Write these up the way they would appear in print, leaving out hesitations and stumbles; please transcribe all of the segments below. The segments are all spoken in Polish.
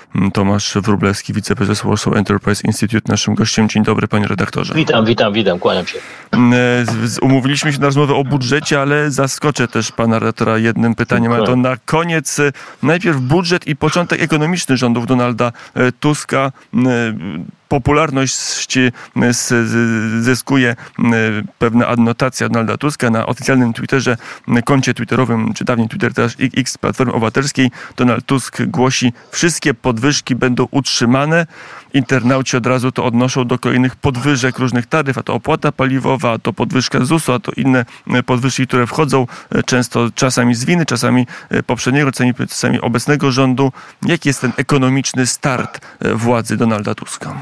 Tomasz Wróblewski, wiceprezes Warsaw Enterprise Institute, naszym gościem. Dzień dobry, panie redaktorze. Witam, kłaniam się. Umówiliśmy się na rozmowę o budżecie, ale zaskoczę też pana redaktora jednym pytaniem, ale to na koniec. Najpierw budżet i początek ekonomiczny rządów Donalda Tuska. Popularność zyskuje pewna adnotacja Donalda Tuska. Na oficjalnym Twitterze, koncie twitterowym, czy dawniej Twitter, teraz X Platformy Obywatelskiej, Donald Tusk głosi: wszystkie podwyżki będą utrzymane. Internauci od razu to odnoszą do kolejnych podwyżek różnych taryf, a to opłata paliwowa, a to podwyżka ZUS-u, a to inne podwyżki, które wchodzą często czasami z winy, czasami poprzedniego, czasami obecnego rządu. Jaki jest ten ekonomiczny start władzy Donalda Tuska?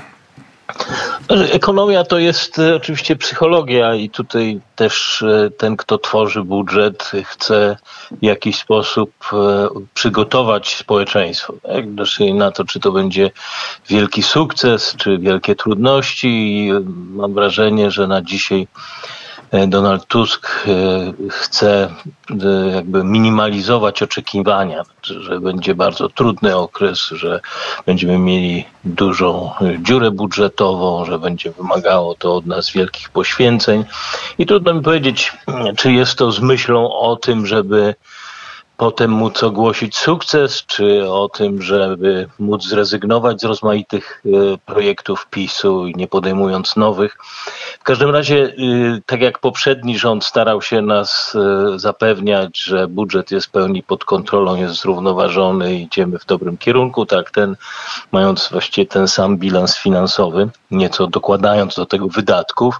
Ekonomia to jest oczywiście psychologia i tutaj też ten, kto tworzy budżet, chce w jakiś sposób przygotować społeczeństwo. Tak? Na to, czy to będzie wielki sukces, czy wielkie trudności. I mam wrażenie, że na dzisiaj Donald Tusk chce jakby minimalizować oczekiwania, że będzie bardzo trudny okres, że będziemy mieli dużą dziurę budżetową, że będzie wymagało to od nas wielkich poświęceń. I trudno mi powiedzieć, czy jest to z myślą o tym, żeby potem móc ogłosić sukces, czy o tym, żeby móc zrezygnować z rozmaitych projektów PiS-u i nie podejmując nowych. W każdym razie, tak jak poprzedni rząd starał się nas zapewniać, że budżet jest w pełni pod kontrolą, jest zrównoważony i idziemy w dobrym kierunku, tak ten, mając właściwie ten sam bilans finansowy, nieco dokładając do tego wydatków,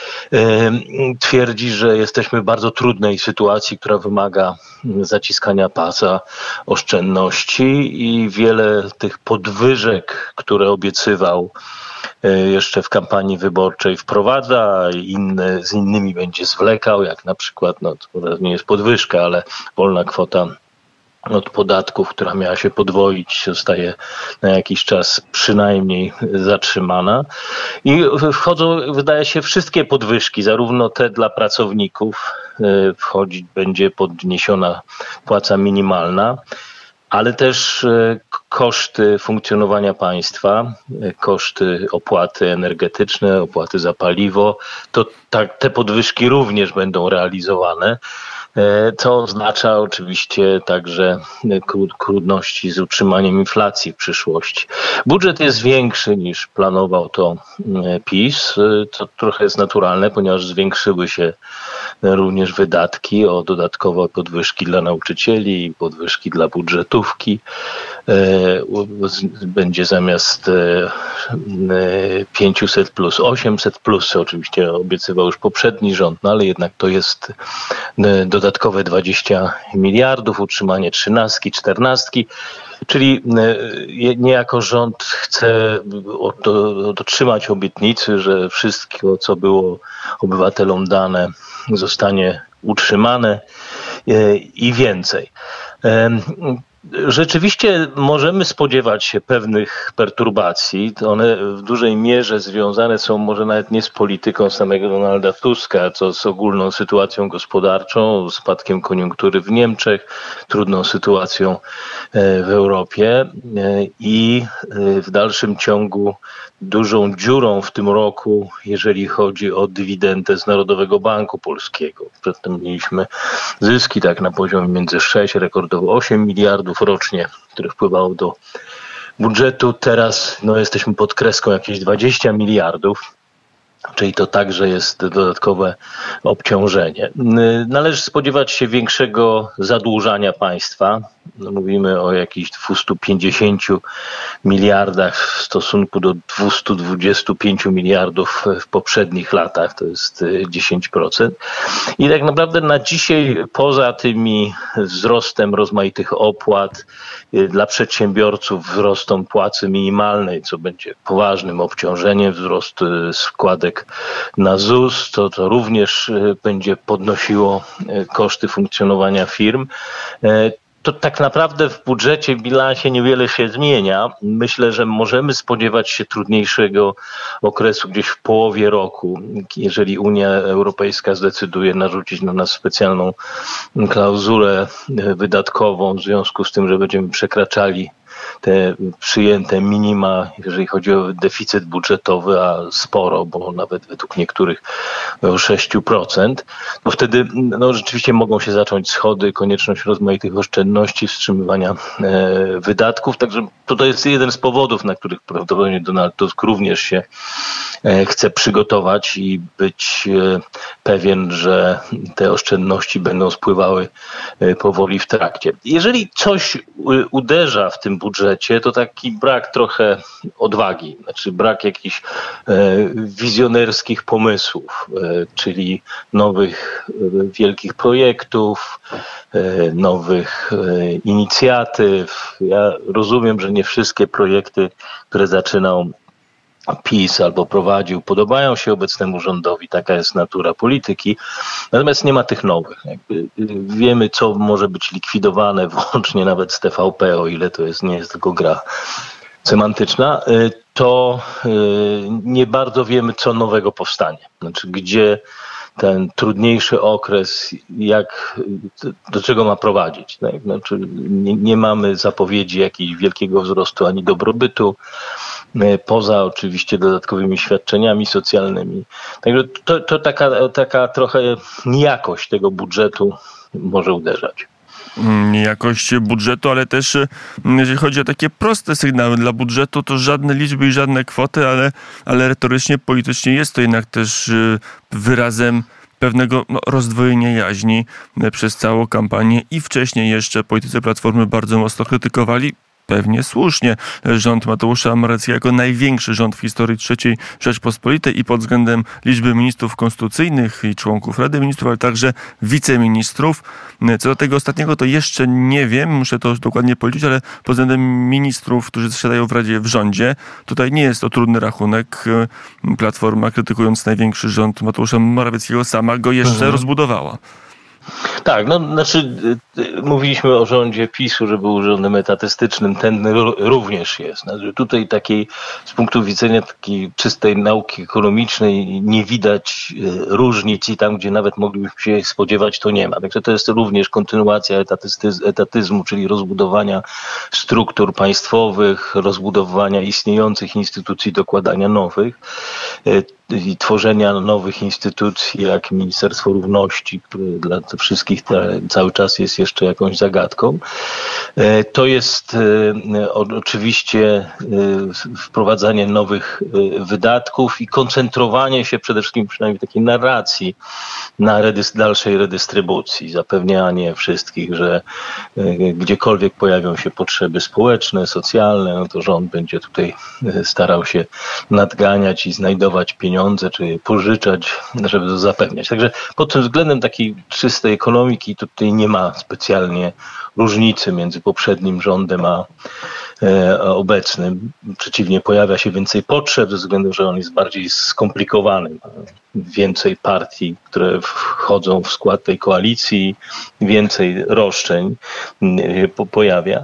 twierdzi, że jesteśmy w bardzo trudnej sytuacji, która wymaga zaciskania pasa, oszczędności i wiele tych podwyżek, które obiecywał jeszcze w kampanii wyborczej, wprowadza, z innymi będzie zwlekał, jak na przykład, to nie jest podwyżka, ale wolna kwota od podatków, która miała się podwoić, zostaje na jakiś czas przynajmniej zatrzymana. I wchodzą, wydaje się, wszystkie podwyżki, zarówno te dla pracowników, wchodzić będzie podniesiona płaca minimalna, ale też koszty funkcjonowania państwa, koszty opłaty energetyczne, opłaty za paliwo, te podwyżki również będą realizowane. Co oznacza oczywiście także trudności z utrzymaniem inflacji w przyszłości. Budżet jest większy niż planował to PiS. To trochę jest naturalne, ponieważ zwiększyły się również wydatki o dodatkowe podwyżki dla nauczycieli i podwyżki dla budżetówki. Będzie zamiast 500 plus 800 plus, co oczywiście obiecywał już poprzedni rząd, ale jednak to jest dodatkowe 20 miliardów, utrzymanie 13, 14, czyli niejako rząd chce dotrzymać obietnicy, że wszystko, co było obywatelom dane, zostanie utrzymane i więcej. Rzeczywiście możemy spodziewać się pewnych perturbacji. One w dużej mierze związane są może nawet nie z polityką samego Donalda Tuska, co z ogólną sytuacją gospodarczą, spadkiem koniunktury w Niemczech, trudną sytuacją w Europie i w dalszym ciągu dużą dziurą w tym roku, jeżeli chodzi o dywidendę z Narodowego Banku Polskiego. Przedtem mieliśmy zyski tak na poziomie między 6, rekordowo 8 miliardów rocznie, które wpływało do budżetu. Teraz jesteśmy pod kreską jakieś 20 miliardów. Czyli to także jest dodatkowe obciążenie. Należy spodziewać się większego zadłużania państwa. Mówimy o jakichś 250 miliardach w stosunku do 225 miliardów w poprzednich latach. To jest 10%. I tak naprawdę na dzisiaj, poza tymi wzrostem rozmaitych opłat dla przedsiębiorców, wzrostem płacy minimalnej, co będzie poważnym obciążeniem, wzrost składek na ZUS, to również będzie podnosiło koszty funkcjonowania firm. To tak naprawdę w budżecie, w bilansie niewiele się zmienia. Myślę, że możemy spodziewać się trudniejszego okresu gdzieś w połowie roku, jeżeli Unia Europejska zdecyduje narzucić na nas specjalną klauzulę wydatkową w związku z tym, że będziemy przekraczali te przyjęte minima, jeżeli chodzi o deficyt budżetowy, a sporo, bo nawet według niektórych o 6%, to wtedy rzeczywiście mogą się zacząć schody, konieczność rozmaitych oszczędności, wstrzymywania wydatków. Także to jest jeden z powodów, na których prawdopodobnie Donald Tusk również się chce przygotować i być pewien, że te oszczędności będą spływały powoli w trakcie. Jeżeli coś uderza w tym budżecie, to taki brak trochę odwagi, znaczy brak jakichś wizjonerskich pomysłów, czyli nowych wielkich projektów, nowych inicjatyw. Ja rozumiem, że nie wszystkie projekty, które zaczynał PiS albo prowadził, podobają się obecnemu rządowi, taka jest natura polityki, natomiast nie ma tych nowych. Wiemy, co może być likwidowane, włącznie nawet z TVP, o ile to nie jest tylko gra semantyczna, to nie bardzo wiemy, co nowego powstanie. Znaczy, gdzie ten trudniejszy okres, do czego ma prowadzić. Tak? Znaczy, nie mamy zapowiedzi jakiegoś wielkiego wzrostu ani dobrobytu, poza oczywiście dodatkowymi świadczeniami socjalnymi. Także to taka trochę niejakość tego budżetu może uderzać. Jakość budżetu, ale też jeżeli chodzi o takie proste sygnały dla budżetu, to żadne liczby i żadne kwoty, ale retorycznie, politycznie jest to jednak też wyrazem pewnego rozdwojenia jaźni przez całą kampanię i wcześniej jeszcze politycy Platformy bardzo mocno krytykowali, pewnie słusznie, rząd Mateusza Morawieckiego jako największy rząd w historii III Rzeczpospolitej i pod względem liczby ministrów konstytucyjnych i członków Rady Ministrów, ale także wiceministrów. Co do tego ostatniego to jeszcze nie wiem, muszę to dokładnie policzyć, ale pod względem ministrów, którzy zasiadają w rządzie, tutaj nie jest to trudny rachunek. Platforma, krytykując największy rząd Mateusza Morawieckiego, sama go jeszcze rozbudowała. Tak, mówiliśmy o rządzie PiS-u, że był rządem etatystycznym, ten również jest. Tutaj z punktu widzenia takiej czystej nauki ekonomicznej nie widać różnic i tam, gdzie nawet moglibyśmy się spodziewać, to nie ma. Także to jest również kontynuacja etatyzmu, czyli rozbudowania struktur państwowych, rozbudowania istniejących instytucji, dokładania nowych i tworzenia nowych instytucji, jak Ministerstwo Równości, które dla wszystkich cały czas jest jeszcze jakąś zagadką. To jest oczywiście wprowadzanie nowych wydatków i koncentrowanie się przede wszystkim, przynajmniej takiej narracji, na dalszej redystrybucji. Zapewnianie wszystkich, że gdziekolwiek pojawią się potrzeby społeczne, socjalne, to rząd będzie tutaj starał się nadganiać i znajdować pieniądze, czy pożyczać, żeby to zapewniać. Także pod tym względem takiej czystej ekonomiki tutaj nie ma specjalnie różnicy między poprzednim rządem a obecnym. Przeciwnie, pojawia się więcej potrzeb ze względu, że on jest bardziej skomplikowany. Więcej partii, które wchodzą w skład tej koalicji, więcej roszczeń pojawia.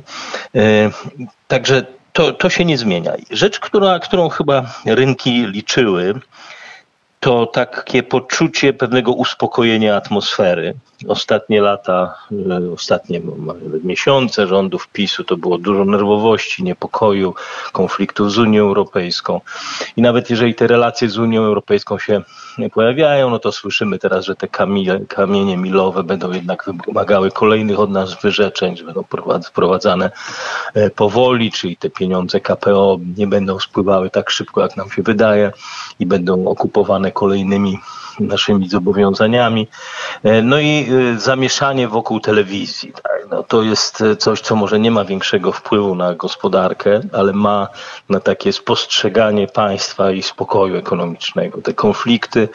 Także to się nie zmienia. Rzecz, którą chyba rynki liczyły, to takie poczucie pewnego uspokojenia atmosfery. Ostatnie lata, ostatnie miesiące rządów PiS-u to było dużo nerwowości, niepokoju, konfliktów z Unią Europejską. I nawet jeżeli te relacje z Unią Europejską się pojawiają, no to słyszymy teraz, że te kamienie milowe będą jednak wymagały kolejnych od nas wyrzeczeń, że będą wprowadzane powoli, czyli te pieniądze KPO nie będą spływały tak szybko, jak nam się wydaje i będą okupowane kolejnymi naszymi zobowiązaniami. No i zamieszanie wokół telewizji. Tak? No to jest coś, co może nie ma większego wpływu na gospodarkę, ale ma na takie spostrzeganie państwa i spokoju ekonomicznego. Te konflikty,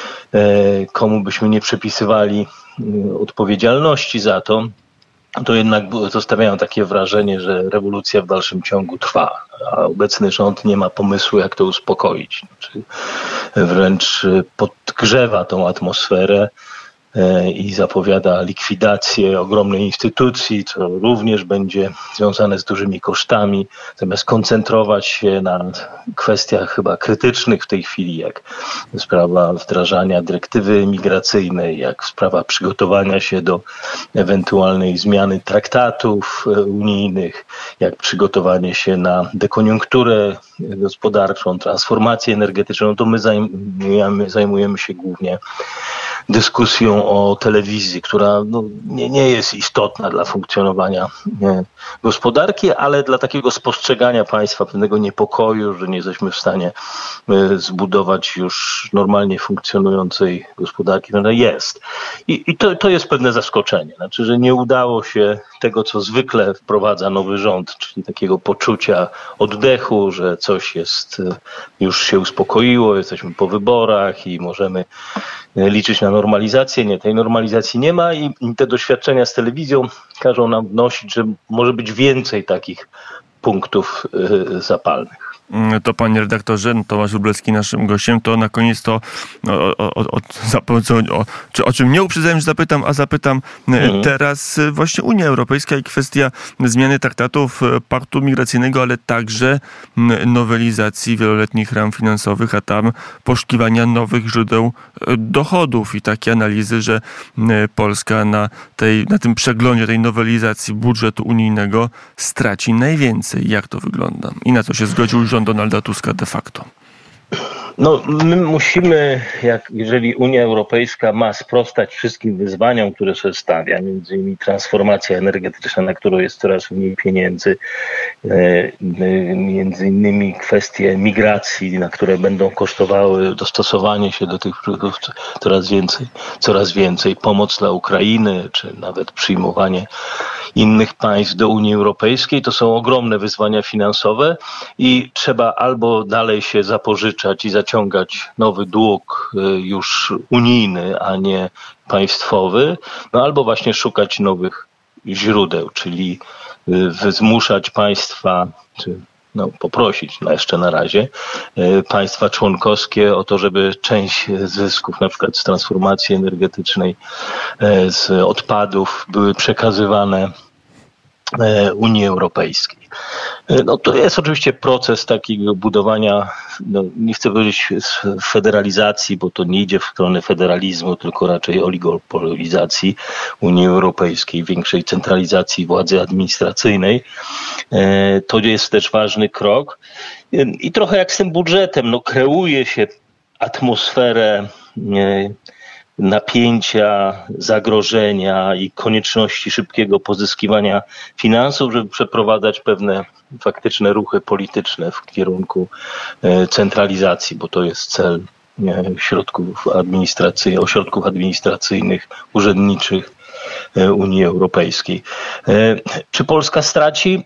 komu byśmy nie przypisywali odpowiedzialności za to jednak zostawiają takie wrażenie, że rewolucja w dalszym ciągu trwa, a obecny rząd nie ma pomysłu, jak to uspokoić. Wręcz podgrzewa tą atmosferę i zapowiada likwidację ogromnej instytucji, co również będzie związane z dużymi kosztami, zamiast koncentrować się na kwestiach chyba krytycznych w tej chwili, jak sprawa wdrażania dyrektywy migracyjnej, jak sprawa przygotowania się do ewentualnej zmiany traktatów unijnych, jak przygotowanie się na dekoniunkturę gospodarczą, transformację energetyczną, to my zajmujemy się głównie dyskusją o telewizji, która nie jest istotna dla funkcjonowania gospodarki, ale dla takiego spostrzegania państwa, pewnego niepokoju, że nie jesteśmy w stanie zbudować już normalnie funkcjonującej gospodarki, no jest. I to jest pewne zaskoczenie. Znaczy, że nie udało się tego, co zwykle wprowadza nowy rząd, czyli takiego poczucia oddechu, że coś jest, już się uspokoiło, jesteśmy po wyborach i możemy liczyć na normalizację. Nie, tej normalizacji nie ma i te doświadczenia z telewizją każą nam wnosić, że może być więcej takich punktów zapalnych. To panie redaktorze, Tomasz Wróblewski naszym gościem, to na koniec to o czym nie uprzedzałem, że zapytam, a zapytam teraz właśnie Unia Europejska i kwestia zmiany traktatów, paktu migracyjnego, ale także nowelizacji wieloletnich ram finansowych, a tam poszukiwania nowych źródeł dochodów i takie analizy, że Polska na tym przeglądzie tej nowelizacji budżetu unijnego straci najwięcej. Jak to wygląda? I na co się zgodził rząd Donalda Tuska de facto? No, my musimy, jeżeli Unia Europejska ma sprostać wszystkim wyzwaniom, które sobie stawia, między innymi transformacja energetyczna, na którą jest coraz mniej pieniędzy, między innymi kwestie migracji, na które będą kosztowały dostosowanie się do tych produktów coraz więcej, pomoc dla Ukrainy, czy nawet przyjmowanie innych państw do Unii Europejskiej, to są ogromne wyzwania finansowe i trzeba albo dalej się zapożyczać i zaciągać nowy dług już unijny, a nie państwowy, albo właśnie szukać nowych źródeł, czyli zmuszać państwa, czy poprosić jeszcze na razie państwa członkowskie o to, żeby część zysków, na przykład z transformacji energetycznej, z odpadów były przekazywane Unii Europejskiej. To jest oczywiście proces takiego budowania, nie chcę powiedzieć federalizacji, bo to nie idzie w stronę federalizmu, tylko raczej oligopolizacji Unii Europejskiej, większej centralizacji władzy administracyjnej. To jest też ważny krok. I trochę jak z tym budżetem, kreuje się atmosferę napięcia, zagrożenia i konieczności szybkiego pozyskiwania finansów, żeby przeprowadzać pewne faktyczne ruchy polityczne w kierunku centralizacji, bo to jest cel ośrodków administracyjnych, urzędniczych Unii Europejskiej. Czy Polska straci?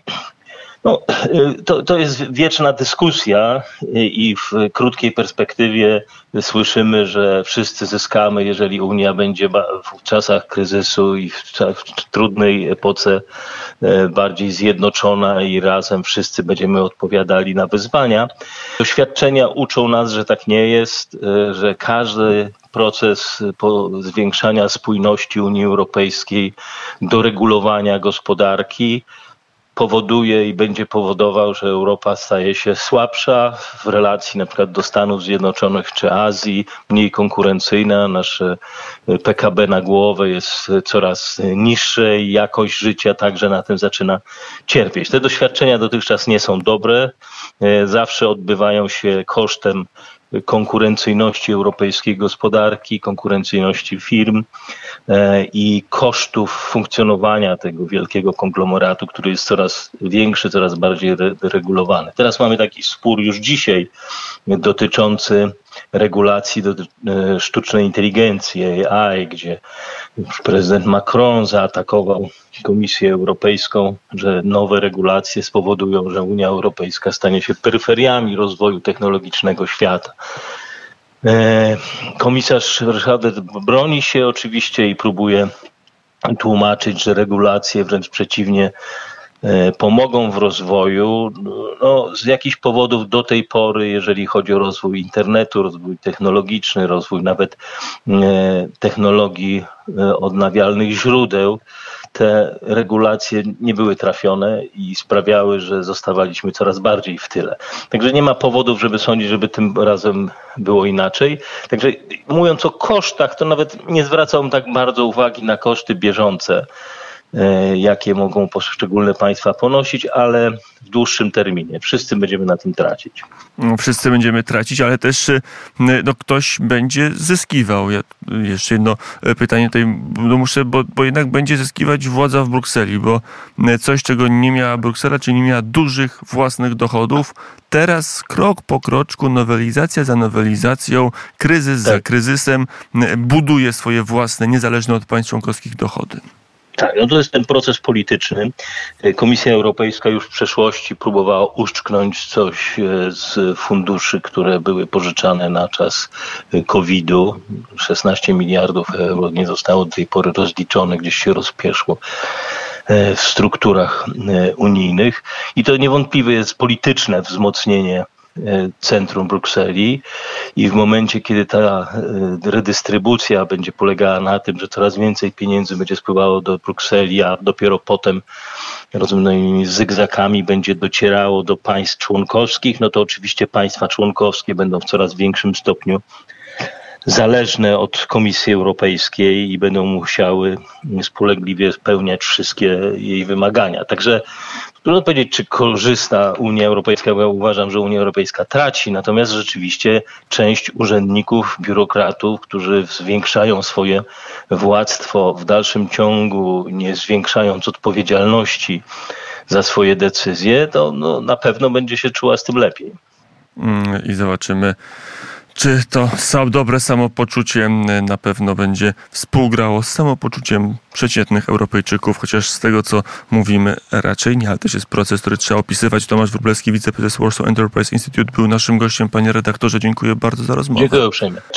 To jest wieczna dyskusja i w krótkiej perspektywie słyszymy, że wszyscy zyskamy, jeżeli Unia będzie w czasach kryzysu i w trudnej epoce bardziej zjednoczona i razem wszyscy będziemy odpowiadali na wyzwania. Doświadczenia uczą nas, że tak nie jest, że każdy proces zwiększania spójności Unii Europejskiej, doregulowania gospodarki powoduje i będzie powodował, że Europa staje się słabsza w relacji na przykład do Stanów Zjednoczonych czy Azji, mniej konkurencyjna. Nasze PKB na głowę jest coraz niższe i jakość życia także na tym zaczyna cierpieć. Te doświadczenia dotychczas nie są dobre. Zawsze odbywają się kosztem konkurencyjności europejskiej gospodarki, konkurencyjności firm i kosztów funkcjonowania tego wielkiego konglomeratu, który jest coraz większy, coraz bardziej regulowany. Teraz mamy taki spór już dzisiaj dotyczący regulacji sztucznej inteligencji, AI, gdzie prezydent Macron zaatakował Komisję Europejską, że nowe regulacje spowodują, że Unia Europejska stanie się peryferiami rozwoju technologicznego świata. Komisarz Verheugen broni się oczywiście i próbuje tłumaczyć, że regulacje wręcz przeciwnie pomogą w rozwoju. No, z jakichś powodów do tej pory, jeżeli chodzi o rozwój internetu, rozwój technologiczny, rozwój nawet technologii odnawialnych źródeł, te regulacje nie były trafione i sprawiały, że zostawaliśmy coraz bardziej w tyle. Także nie ma powodów, żeby sądzić, żeby tym razem było inaczej. Także mówiąc o kosztach, to nawet nie zwracam tak bardzo uwagi na koszty bieżące, jakie mogą poszczególne państwa ponosić, ale w dłuższym terminie. Wszyscy będziemy na tym tracić. Wszyscy będziemy tracić, ale też ktoś będzie zyskiwał. Ja jeszcze jedno pytanie tutaj muszę, bo jednak będzie zyskiwać władza w Brukseli, bo coś, czego nie miała Bruksela, czyli nie miała dużych własnych dochodów. Teraz krok po kroczku, nowelizacja za nowelizacją, kryzys za kryzysem buduje swoje własne, niezależne od państw członkowskich dochody. Tak, no to jest ten proces polityczny. Komisja Europejska już w przeszłości próbowała uszczknąć coś z funduszy, które były pożyczane na czas COVID-u. 16 miliardów euro nie zostało do tej pory rozliczone, gdzieś się rozpieszło w strukturach unijnych. I to niewątpliwie jest polityczne wzmocnienie centrum Brukseli i w momencie, kiedy ta redystrybucja będzie polegała na tym, że coraz więcej pieniędzy będzie spływało do Brukseli, a dopiero potem rozumnymi zygzakami będzie docierało do państw członkowskich, no to oczywiście państwa członkowskie będą w coraz większym stopniu zależne od Komisji Europejskiej i będą musiały spolegliwie spełniać wszystkie jej wymagania. Także trudno powiedzieć, czy korzysta Unia Europejska, bo ja uważam, że Unia Europejska traci, natomiast rzeczywiście część urzędników, biurokratów, którzy zwiększają swoje władztwo w dalszym ciągu, nie zwiększając odpowiedzialności za swoje decyzje, to na pewno będzie się czuła z tym lepiej. I zobaczymy, czy to dobre samopoczucie na pewno będzie współgrało z samopoczuciem przeciętnych Europejczyków, chociaż z tego, co mówimy, raczej nie, ale też jest proces, który trzeba opisywać. Tomasz Wróblewski, wiceprezes Warsaw Enterprise Institute, był naszym gościem. Panie redaktorze, dziękuję bardzo za rozmowę. Dziękuję uprzejmie.